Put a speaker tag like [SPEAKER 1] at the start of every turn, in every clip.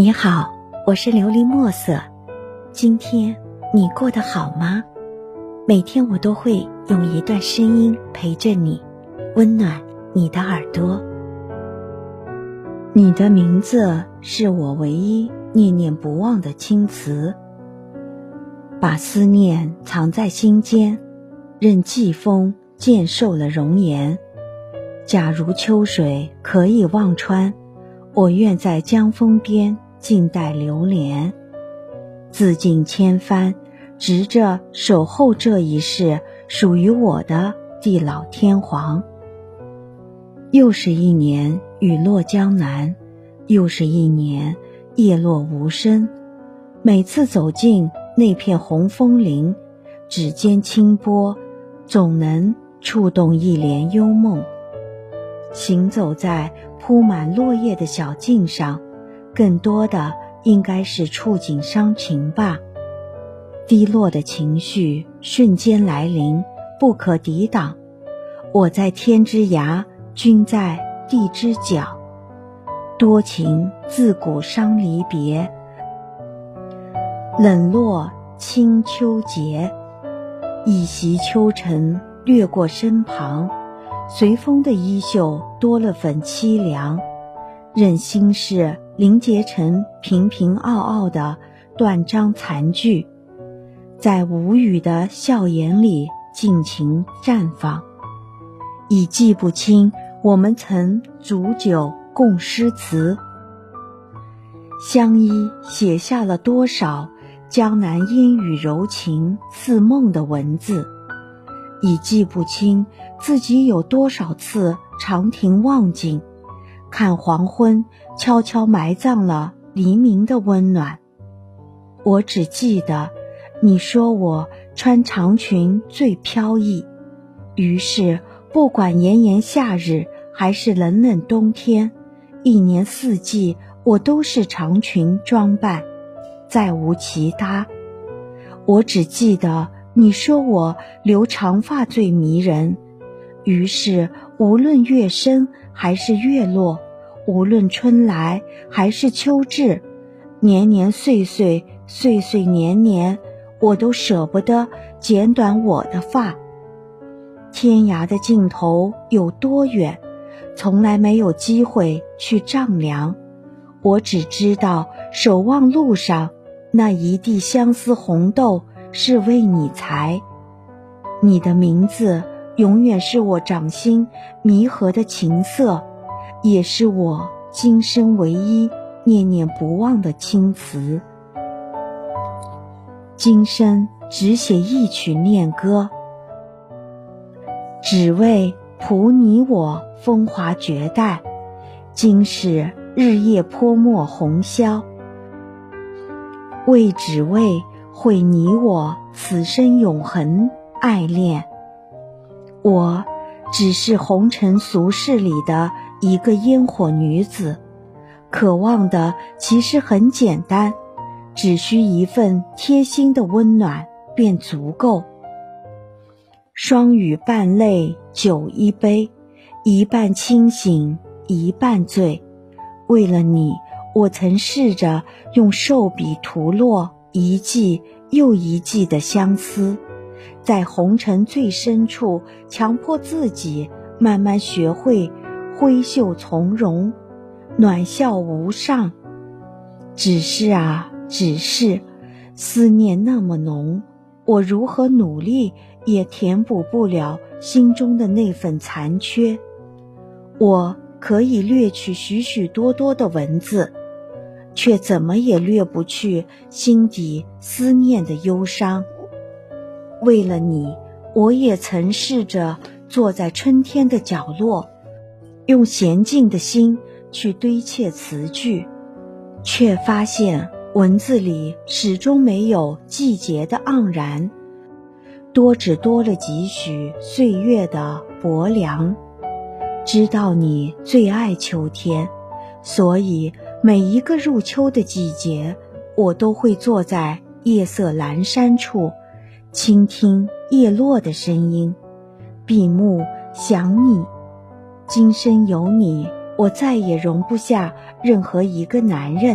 [SPEAKER 1] 你好，我是琉璃墨色。今天你过得好吗？每天我都会用一段声音陪着你，温暖你的耳朵。你的名字是我唯一念念不忘的青词，把思念藏在心间，任季风渐瘦了容颜。假如秋水可以望穿，我愿在江风边静待流连，自尽千帆，执着守候这一世属于我的地老天荒。又是一年雨落江南，又是一年叶落无声。每次走进那片红枫林，指尖轻拨，总能触动一帘幽梦。行走在铺满落叶的小径上，更多的应该是触景伤情吧。低落的情绪瞬间来临，不可抵挡。我在天之涯，君在地之角。多情自古伤离别，冷落清秋节。一袭秋尘掠过身旁，随风的衣袖多了份凄凉，任心事凝结成平平傲傲的断章残句，在无语的笑颜里尽情绽放。已记不清我们曾煮酒共诗词，相依写下了多少江南烟雨柔情似梦的文字，已记不清自己有多少次长亭望景，看黄昏悄悄埋葬了黎明的温暖。我只记得你说我穿长裙最飘逸，于是不管炎炎夏日还是冷冷冬天，一年四季我都是长裙装扮，再无其他。我只记得你说我留长发最迷人，于是无论月升还是月落，无论春来还是秋至，年年岁岁，岁岁年年，我都舍不得剪短我的发。天涯的尽头有多远，从来没有机会去丈量。我只知道守望路上那一地相思红豆是为你裁。你的名字永远是我掌心弥合的情色，也是我今生唯一念念不忘的青词。今生只写一曲念歌，只为谱你我风华绝代，今世日夜泼墨红绡。为只为会你我此生永恒爱恋。我只是红尘俗世里的一个烟火女子，渴望的其实很简单，只需一份贴心的温暖便足够。双语半泪酒一杯，一半清醒一半醉。为了你，我曾试着用瘦笔涂落一季又一季的相思，在红尘最深处强迫自己慢慢学会挥袖从容，暖笑无上。只是只是思念那么浓，我如何努力也填补不了心中的那份残缺。我可以略去许许多多的文字，却怎么也掠不去心底思念的忧伤。为了你，我也曾试着坐在春天的角落，用娴静的心去堆砌词句，却发现文字里始终没有季节的盎然，只多了几许岁月的薄凉。知道你最爱秋天，所以每一个入秋的季节，我都会坐在夜色阑珊处，倾听叶落的声音，闭目想你。今生有你，我再也容不下任何一个男人，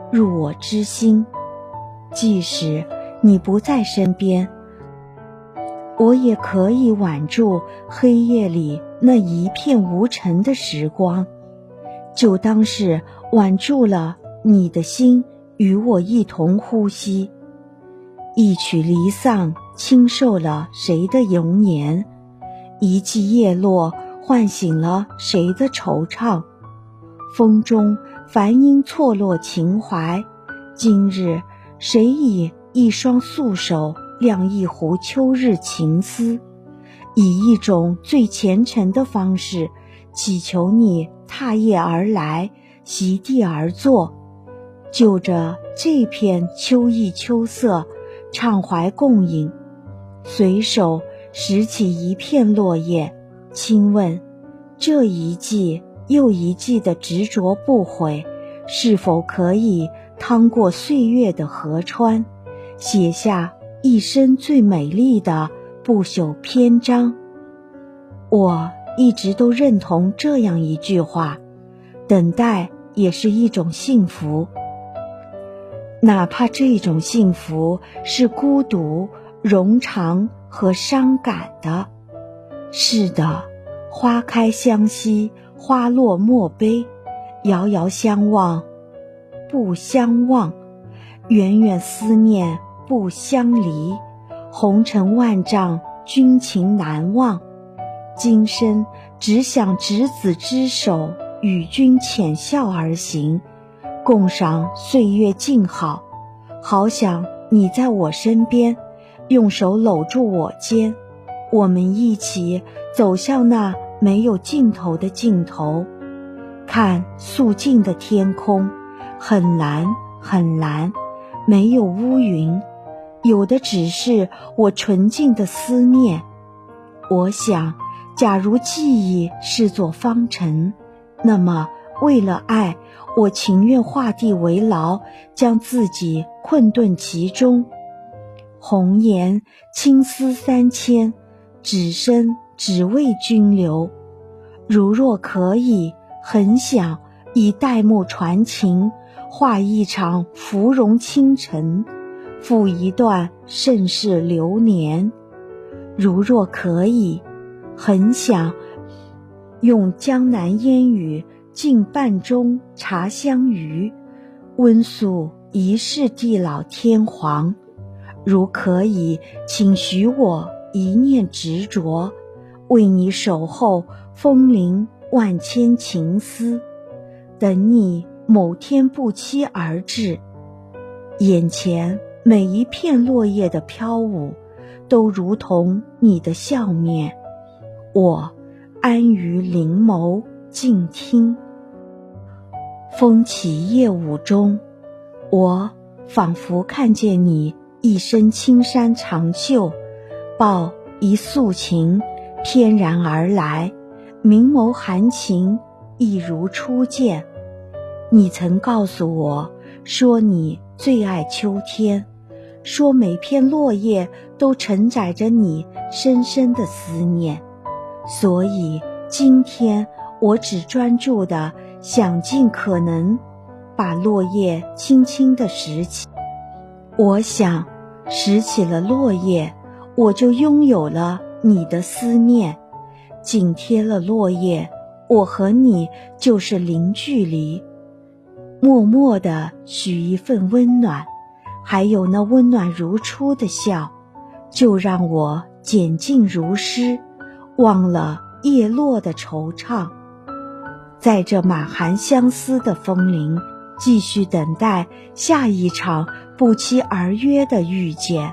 [SPEAKER 1] 入我之心。即使你不在身边，我也可以挽住黑夜里那一片无尘的时光，就当是挽住了你的心，与我一同呼吸。一曲离丧轻受了谁的流年，一季叶落唤醒了谁的惆怅。风中梵音错落情怀，今日谁以一双素手酿一壶秋日情思，以一种最虔诚的方式祈求你踏叶而来，席地而坐，就着这片秋意秋色畅怀共饮。随手拾起一片落叶，轻问这一季又一季的执着不悔，是否可以趟过岁月的河川，写下一生最美丽的不朽篇章。我一直都认同这样一句话，等待也是一种幸福，哪怕这种幸福是孤独、冗长和伤感的。是的，花开相惜，花落莫悲，遥遥相望不相忘，远远思念不相离，红尘万丈，君情难忘。今生只想执子之手，与君浅笑而行，共赏岁月静好。好想你在我身边，用手搂住我肩，我们一起走向那没有尽头的尽头。看肃静的天空，很蓝很蓝，没有乌云，有的只是我纯净的思念。我想，假如记忆是座方程，那么为了爱，我情愿画地为牢，将自己困顿其中。红颜青丝3000，只身只为君留。如若可以，很想以黛墨传情，画一场芙蓉倾城，赋一段盛世流年。如若可以，很想用江南烟雨浸半盅茶香余，温诉一世地老天荒。如可以，请许我一念执着，为你守候风铃万千情丝，等你某天不期而至。眼前每一片落叶的飘舞，都如同你的笑面，我安于灵眸静听。风起夜舞中，我仿佛看见你一身青衫长袖，抱一素琴翩然而来，明眸含情，一如初见。你曾告诉我，说你最爱秋天，说每片落叶都承载着你深深的思念。所以今天我只专注地想尽可能把落叶轻轻地拾起。我想，拾起了落叶，我就拥有了你的思念；紧贴了落叶，我和你就是零距离。默默地许一份温暖，还有那温暖如初的笑，就让我简静如诗，忘了叶落的惆怅。在这满含相思的风铃，继续等待下一场不期而约的遇见。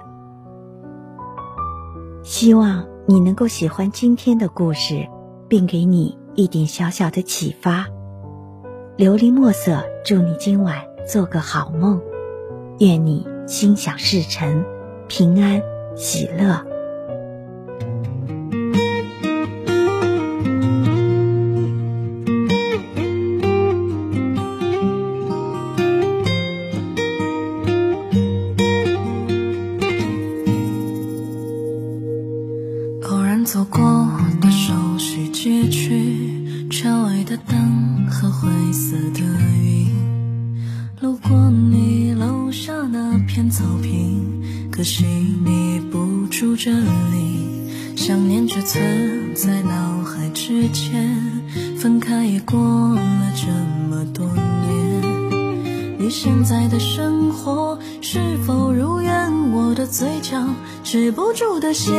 [SPEAKER 1] 希望你能够喜欢今天的故事，并给你一点小小的启发。琉璃墨色祝你今晚做个好梦，愿你心想事成，平安喜乐。
[SPEAKER 2] 偶然走过的熟悉街区，车尾的灯和灰色的云， 路过你楼下那片草坪，可惜你不住这里，想念只存在脑海之间，分开也过了这么多年。你现在的生活是否如愿？我的嘴角止不住的咸。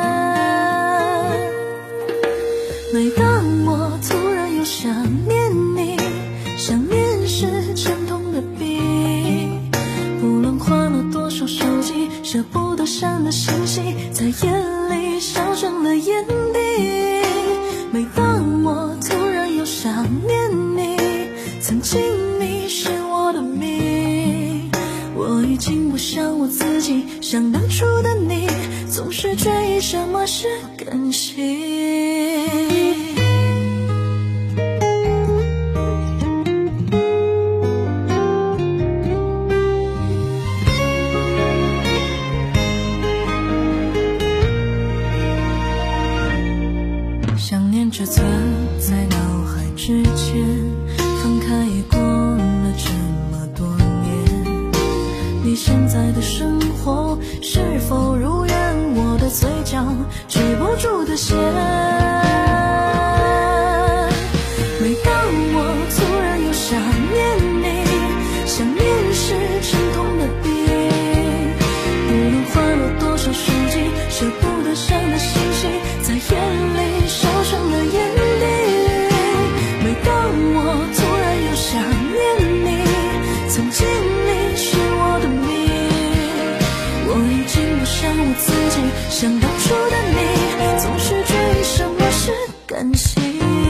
[SPEAKER 2] 每当我突然又想念你，想念是沉痛的笔，不论换了多少手机，舍不得删的信息，在眼里烧成了眼底。每当我突然又想念你，曾经你是我的谜，我已经不像我自己，像当初的你，总是追什么是感情。想念只存在脑海之间，分开也过了这么多年。你现在的生活是否如愿？我的嘴角止不住的咸。每当我突然又想念你，想念是沉痛的笔，不论换了多少手机，舍不得删的信息，在眼里烧成了眼底。每当我突然又想念你，曾经你是我的谜，我已经不像我自己，像当初的你，总是追什么是感情。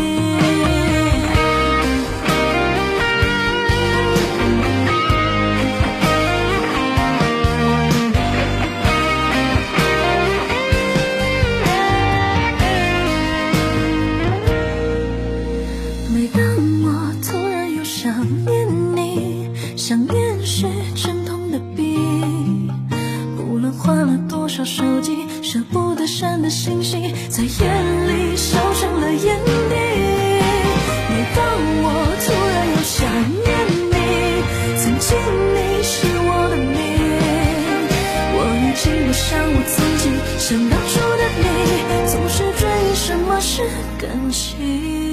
[SPEAKER 2] 每当我突然又想念你，想念是沉痛的笔，不论换了多少手机，舍不得删的信息，在眼里烧成了眼底。每当我突然又想念你，曾经你是我的谜，我已经不像我自己，像当初的你，总是追什么是感情。